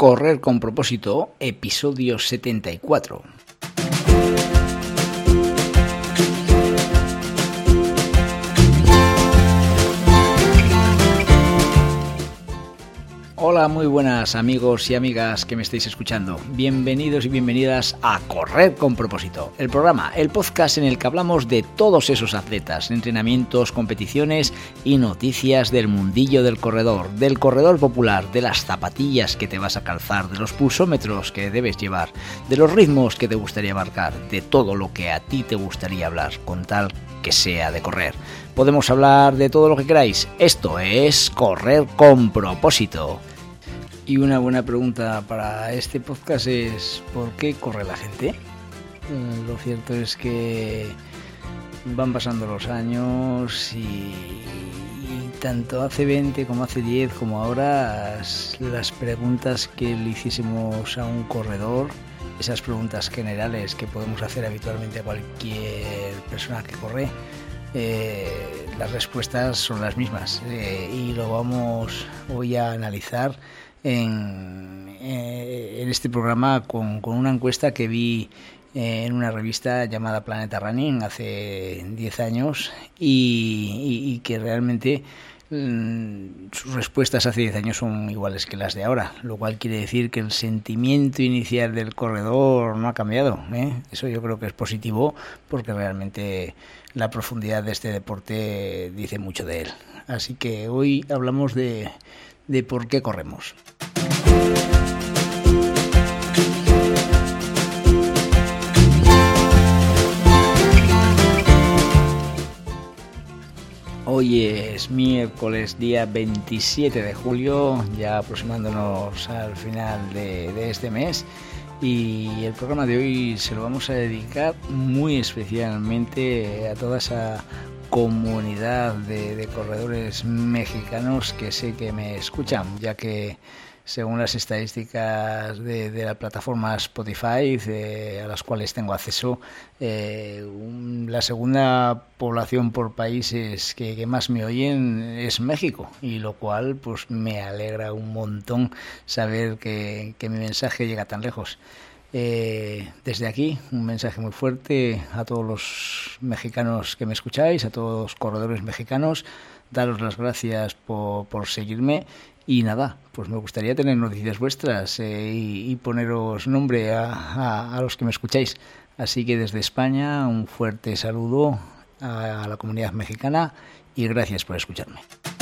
Correr con propósito, episodio 74. Hola, muy buenas amigos y amigas que me estáis escuchando. Bienvenidos y bienvenidas a Correr con propósito, el programa, el podcast en el que hablamos de todos esos atletas, entrenamientos, competiciones y noticias del mundillo del corredor popular, de las zapatillas que te vas a calzar, de los pulsómetros que debes llevar, de los ritmos que te gustaría marcar, de todo lo que a ti te gustaría hablar, con tal que sea de correr. Podemos hablar de todo lo que queráis. Esto es Correr con propósito. Y una buena pregunta para este podcast es ¿por qué corre la gente? Lo cierto es que van pasando los años y tanto hace 20 como hace 10 como ahora las preguntas que le hiciésemos a un corredor, esas preguntas generales que podemos hacer habitualmente a cualquier persona que corre, las respuestas son las mismas y lo vamos hoy a analizar en este programa con una encuesta que vi en una revista llamada Planeta Running hace 10 años y que realmente sus respuestas hace 10 años son iguales que las de ahora, lo cual quiere decir que el sentimiento inicial del corredor no ha cambiado, ¿eh? Eso yo creo que es positivo porque realmente la profundidad de este deporte dice mucho de él. Así que hoy hablamos de por qué corremos. Hoy es miércoles, día 27 de julio, ya aproximándonos al final de este mes, y el programa de hoy se lo vamos a dedicar muy especialmente a toda esa comunidad de corredores mexicanos que sé que me escuchan, ya que según las estadísticas de la plataforma Spotify, a las cuales tengo acceso, la segunda población por países que más me oyen es México, y lo cual pues me alegra un montón saber que mi mensaje llega tan lejos. Desde aquí, un mensaje muy fuerte a todos los mexicanos que me escucháis, a todos los corredores mexicanos, daros las gracias por seguirme. Y nada, pues me gustaría tener noticias vuestras y poneros nombre a los que me escucháis. Así que desde España un fuerte saludo a la comunidad mexicana y gracias por escucharme.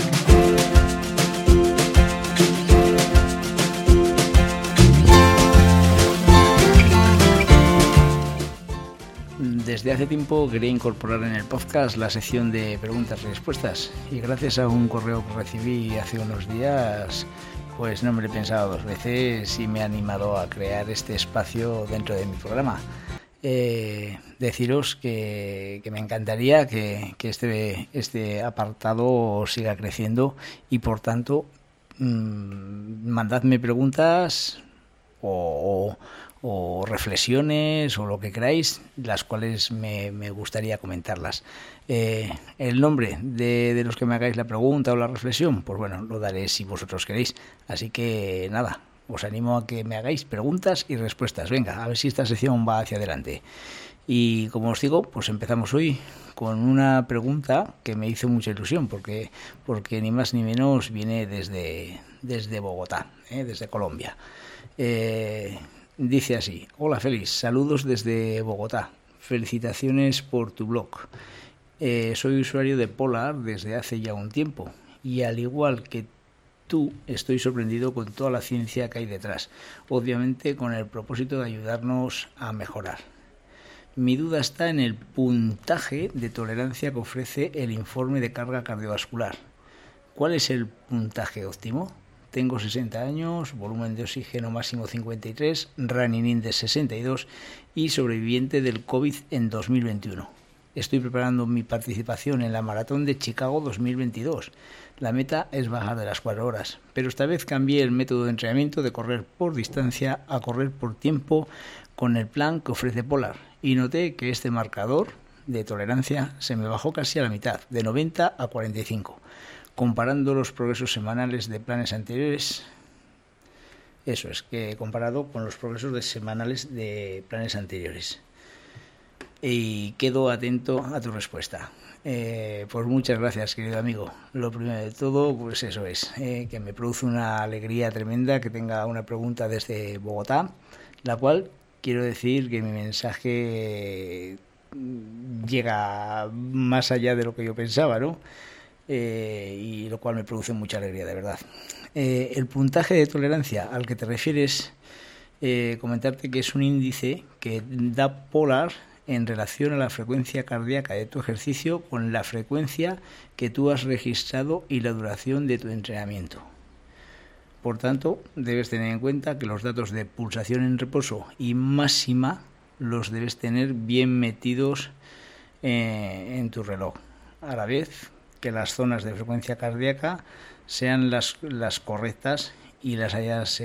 Desde hace tiempo quería incorporar en el podcast la sección de preguntas y respuestas, y gracias a un correo que recibí hace unos días, pues no me lo he pensado dos veces y me he animado a crear este espacio dentro de mi programa. Deciros que me encantaría que este apartado siga creciendo y por tanto mandadme preguntas o reflexiones o lo que queráis, las cuales me gustaría comentarlas. El nombre de los que me hagáis la pregunta o la reflexión, pues bueno, lo daré si vosotros queréis. Así que nada, os animo a que me hagáis preguntas y respuestas. Venga, a ver si esta sección va hacia adelante. Y como os digo, pues empezamos hoy con una pregunta que me hizo mucha ilusión, porque ni más ni menos viene desde Bogotá, desde Colombia. Dice así: hola Félix, saludos desde Bogotá, felicitaciones por tu blog. Soy usuario de Polar desde hace ya un tiempo y al igual que tú estoy sorprendido con toda la ciencia que hay detrás, obviamente con el propósito de ayudarnos a mejorar. Mi duda está en el puntaje de tolerancia que ofrece el informe de carga cardiovascular. ¿Cuál es el puntaje óptimo? Tengo 60 años, volumen de oxígeno máximo 53, running index 62 y sobreviviente del COVID en 2021. Estoy preparando mi participación en la maratón de Chicago 2022. La meta es bajar de las 4 horas, pero esta vez cambié el método de entrenamiento de correr por distancia a correr por tiempo con el plan que ofrece Polar y noté que este marcador de tolerancia se me bajó casi a la mitad, de 90 a 45. Comparando los progresos semanales de planes anteriores, Eso es, que comparado con los progresos de semanales de planes anteriores. Y quedo atento a tu respuesta. Pues muchas gracias, querido amigo. Lo primero de todo, pues eso es, que me produce una alegría tremenda que tenga una pregunta desde Bogotá, la cual quiero decir que mi mensaje llega más allá de lo que yo pensaba, ¿no? Y lo cual me produce mucha alegría, de verdad. El puntaje de tolerancia al que te refieres, comentarte que es un índice que da Polar en relación a la frecuencia cardíaca de tu ejercicio con la frecuencia que tú has registrado y la duración de tu entrenamiento. Por tanto, debes tener en cuenta que los datos de pulsación en reposo y máxima los debes tener bien metidos en tu reloj, a la vez que las zonas de frecuencia cardíaca sean las correctas y las hayas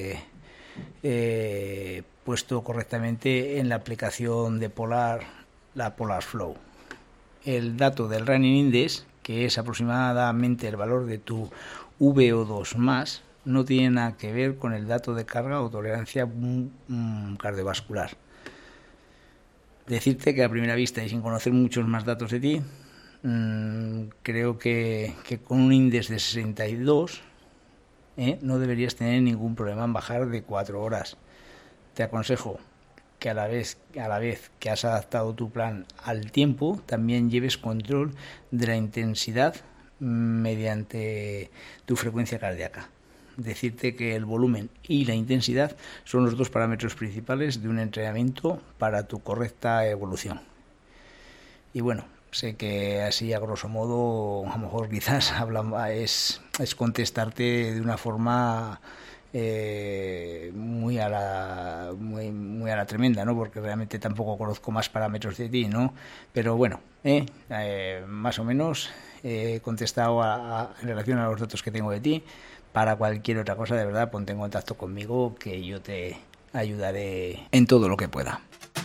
puesto correctamente en la aplicación de Polar, la Polar Flow. El dato del Running Index, que es aproximadamente el valor de tu VO2 más, no tiene nada que ver con el dato de carga o tolerancia cardiovascular. Decirte que a primera vista y sin conocer muchos más datos de ti, creo que con un índice de 62 no deberías tener ningún problema en bajar de 4 horas. Te aconsejo que a la vez que has adaptado tu plan al tiempo, también lleves control de la intensidad mediante tu frecuencia cardíaca. Decirte que el volumen y la intensidad son los dos parámetros principales de un entrenamiento para tu correcta evolución. Y bueno, sé que así a grosso modo, a lo mejor quizás es contestarte de una forma muy a la tremenda, ¿no? Porque realmente tampoco conozco más parámetros de ti, ¿no? Pero bueno, más o menos he contestado en relación a los datos que tengo de ti. Para cualquier otra cosa, de verdad, ponte en contacto conmigo, que yo te ayudaré en todo lo que pueda.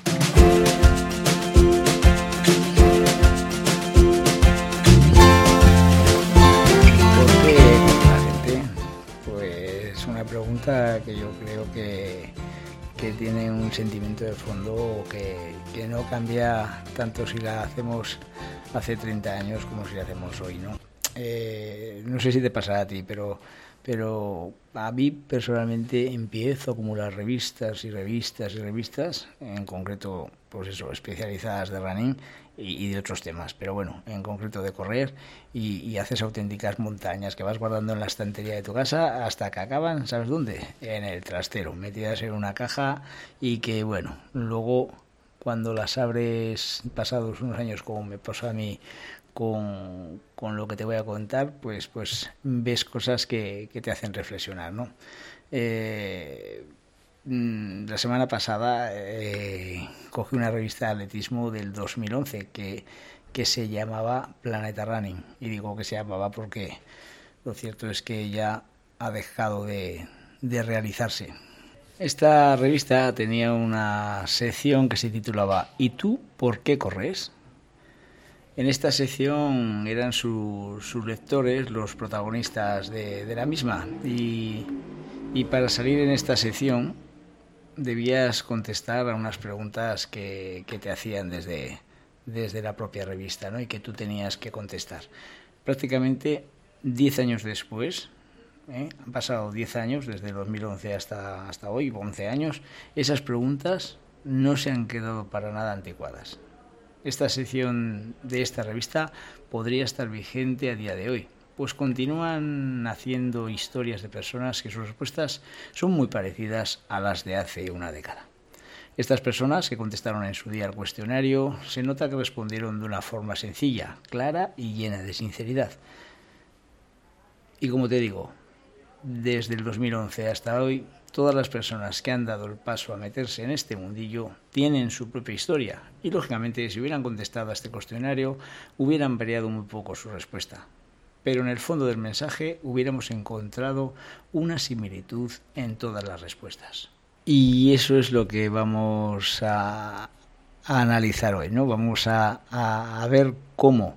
¿Por qué la gente? Pues una pregunta que yo creo que tiene un sentimiento de fondo que no cambia tanto si la hacemos hace 30 años como si la hacemos hoy, ¿no? No sé si te pasará a ti, pero a mí personalmente empiezo a acumular revistas, en concreto, pues eso, especializadas de running y de otros temas, pero bueno, en concreto de correr, y haces auténticas montañas que vas guardando en la estantería de tu casa hasta que acaban, ¿sabes dónde? En el trastero, metidas en una caja, y que bueno, luego cuando las abres pasados unos años, como me pasa a mí con lo que te voy a contar, pues ves cosas que te hacen reflexionar, ¿no? La semana pasada cogí una revista de atletismo del 2011 que se llamaba Planeta Running, y digo que se llamaba porque lo cierto es que ya ha dejado de realizarse. Esta revista tenía una sección que se titulaba ¿Y tú por qué corres? En esta sección eran sus lectores los protagonistas de la misma, y para salir en esta sección debías contestar a unas preguntas que te hacían desde la propia revista, ¿no? Y que tú tenías que contestar. Prácticamente 10 años después, han pasado 10 años, desde el 2011 hasta hoy, 11 años, esas preguntas no se han quedado para nada anticuadas. Esta sección de esta revista podría estar vigente a día de hoy, pues continúan haciendo historias de personas que sus respuestas son muy parecidas a las de hace una década. Estas personas que contestaron en su día al cuestionario se nota que respondieron de una forma sencilla, clara y llena de sinceridad. Y como te digo, desde el 2011 hasta hoy, todas las personas que han dado el paso a meterse en este mundillo tienen su propia historia, y lógicamente si hubieran contestado a este cuestionario hubieran variado muy poco su respuesta, pero en el fondo del mensaje hubiéramos encontrado una similitud en todas las respuestas. Y eso es lo que vamos a analizar hoy, ¿no? Vamos a ver cómo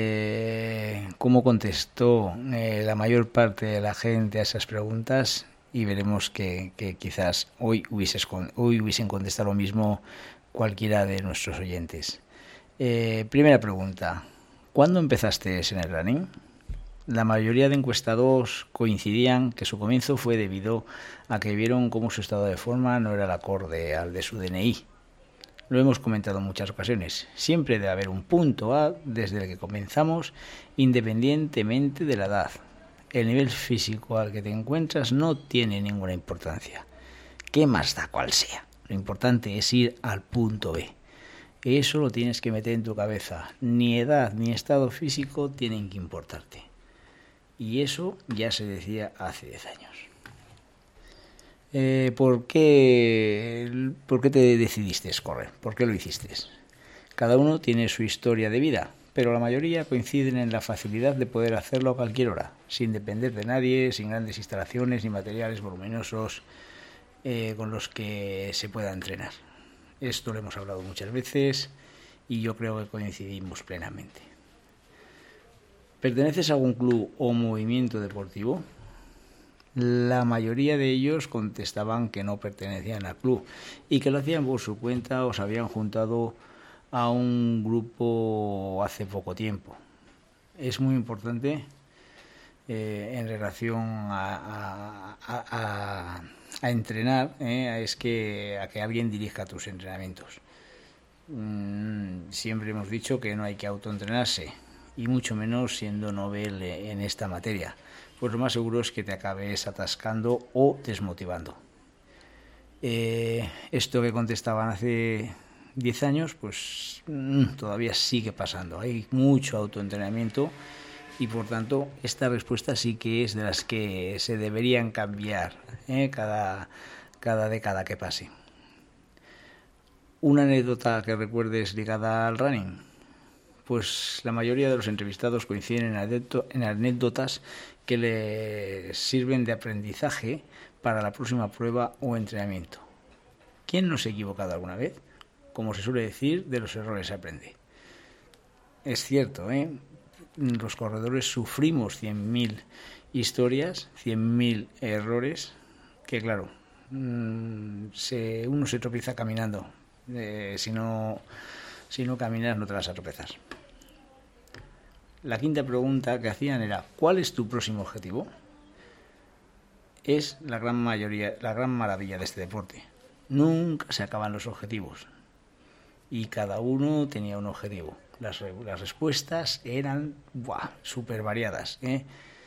contestó la mayor parte de la gente a esas preguntas, y veremos que quizás hoy hubiesen contestado lo mismo cualquiera de nuestros oyentes. Primera pregunta, ¿cuándo empezaste en el running? La mayoría de encuestados coincidían que su comienzo fue debido a que vieron cómo su estado de forma no era el acorde al de su DNI. Lo hemos comentado en muchas ocasiones. Siempre debe haber un punto A desde el que comenzamos, independientemente de la edad. El nivel físico al que te encuentras no tiene ninguna importancia. ¿Qué más da cual sea? Lo importante es ir al punto B. Eso lo tienes que meter en tu cabeza. Ni edad ni estado físico tienen que importarte. Y eso ya se decía hace 10 años. ¿Por qué te decidiste correr? ¿Por qué lo hiciste? Cada uno tiene su historia de vida, pero la mayoría coinciden en la facilidad de poder hacerlo a cualquier hora, sin depender de nadie, sin grandes instalaciones ni materiales voluminosos con los que se pueda entrenar. Esto lo hemos hablado muchas veces y yo creo que coincidimos plenamente. ¿Perteneces a algún club o movimiento deportivo? La mayoría de ellos contestaban que no pertenecían al club y que lo hacían por su cuenta o se habían juntado a un grupo hace poco tiempo. Es muy importante en relación a entrenar, a que alguien dirija tus entrenamientos. Siempre hemos dicho que no hay que autoentrenarse, y mucho menos siendo novel en esta materia, pues lo más seguro es que te acabes atascando o desmotivando. Esto que contestaban hace 10 años, pues todavía sigue pasando. Hay mucho autoentrenamiento y por tanto esta respuesta sí que es de las que se deberían cambiar cada década que pase. ¿Una anécdota que recuerdes ligada al running? Pues la mayoría de los entrevistados coinciden en anécdotas que les sirven de aprendizaje para la próxima prueba o entrenamiento. ¿Quién no se ha equivocado alguna vez? Como se suele decir, de los errores se aprende. Es cierto, los corredores sufrimos 100.000 historias, 100.000 errores, que claro, uno se tropieza caminando. Si no caminas no te vas a tropezar. La quinta pregunta que hacían era ¿cuál es tu próximo objetivo? Es la gran maravilla de este deporte. Nunca se acaban los objetivos y cada uno tenía un objetivo. Las respuestas eran súper variadas. En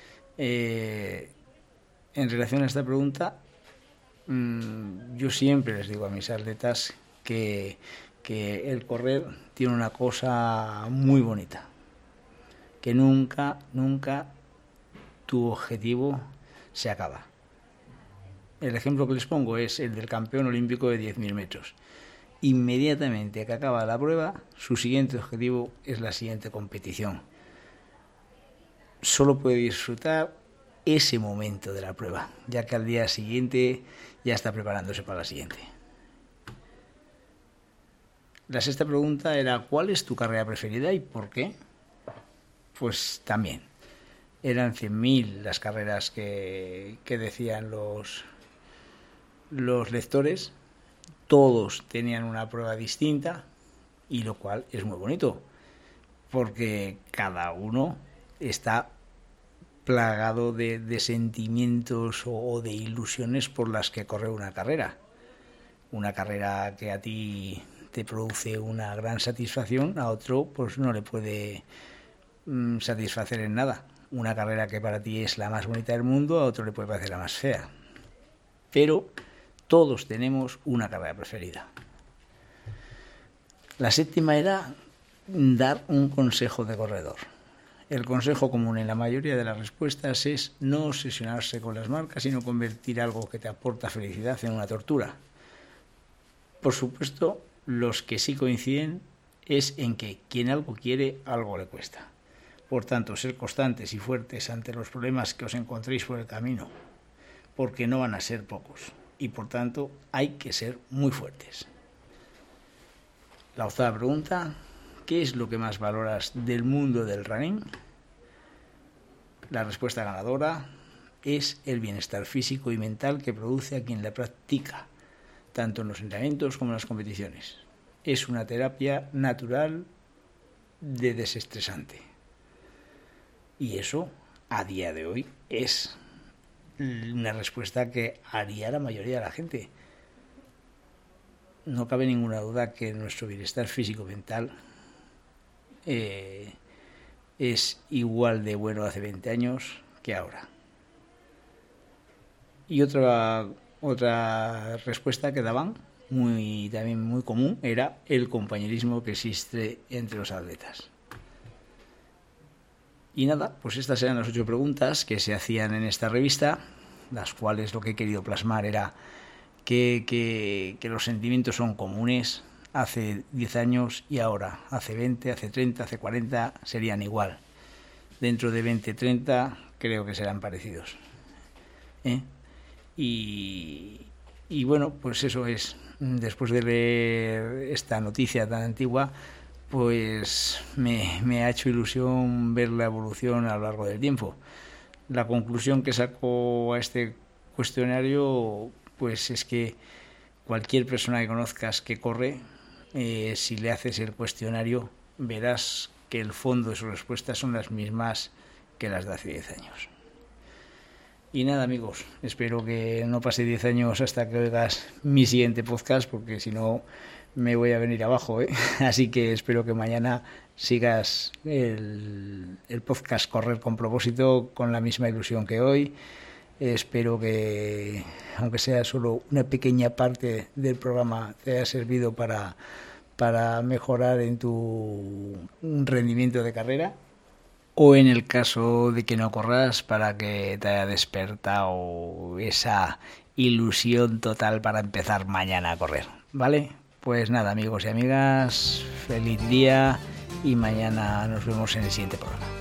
relación a esta pregunta, yo siempre les digo a mis atletas que el correr tiene una cosa muy bonita, que nunca tu objetivo se acaba. El ejemplo que les pongo es el del campeón olímpico de 10.000 metros. Inmediatamente que acaba la prueba, su siguiente objetivo es la siguiente competición. Solo puede disfrutar ese momento de la prueba, ya que al día siguiente ya está preparándose para la siguiente. La sexta pregunta era ¿cuál es tu carrera preferida y por qué? Pues también eran 100.000 las carreras que decían los lectores. Todos tenían una prueba distinta y lo cual es muy bonito porque cada uno está plagado de sentimientos o de ilusiones por las que corre una carrera que a ti te produce una gran satisfacción, a otro pues no le puede satisfacer en nada. Una carrera que para ti es la más bonita del mundo, a otro le puede parecer la más fea. Pero todos tenemos una carrera preferida. La séptima era dar un consejo de corredor. El consejo común en la mayoría de las respuestas es no obsesionarse con las marcas, sino convertir algo que te aporta felicidad en una tortura. Por supuesto, los que sí coinciden es en que quien algo quiere, algo le cuesta. Por tanto, ser constantes y fuertes ante los problemas que os encontréis por el camino, porque no van a ser pocos, y por tanto hay que ser muy fuertes. La octava pregunta, ¿qué es lo que más valoras del mundo del running? La respuesta ganadora es el bienestar físico y mental que produce a quien la practica, tanto en los entrenamientos como en las competiciones. Es una terapia natural de desestresante. Y eso, a día de hoy, es una respuesta que haría la mayoría de la gente. No cabe ninguna duda que nuestro bienestar físico-mental es igual de bueno hace 20 años que ahora. Y otra respuesta que daban, también muy común, era el compañerismo que existe entre los atletas. Y nada, pues estas eran las 8 preguntas que se hacían en esta revista, las cuales lo que he querido plasmar era que los sentimientos son comunes hace 10 años y ahora, hace 20, hace 30, hace 40, serían igual. Dentro de 20, 30 creo que serán parecidos. Y bueno, pues eso es. Después de leer esta noticia tan antigua, pues me ha hecho ilusión ver la evolución a lo largo del tiempo. La conclusión que saco a este cuestionario, pues es que cualquier persona que conozcas que corre, si le haces el cuestionario, verás que el fondo de sus respuestas son las mismas que las de hace 10 años. Y nada, amigos, espero que no pase 10 años hasta que oigas mi siguiente podcast, porque si no me voy a venir abajo, ¿eh? Así que espero que mañana sigas el podcast Correr con Propósito con la misma ilusión que hoy. Espero que, aunque sea solo una pequeña parte del programa, te haya servido para mejorar en tu rendimiento de carrera, o en el caso de que no corras, para que te haya despertado esa ilusión total para empezar mañana a correr, ¿vale? Pues nada, amigos y amigas, feliz día y mañana nos vemos en el siguiente programa.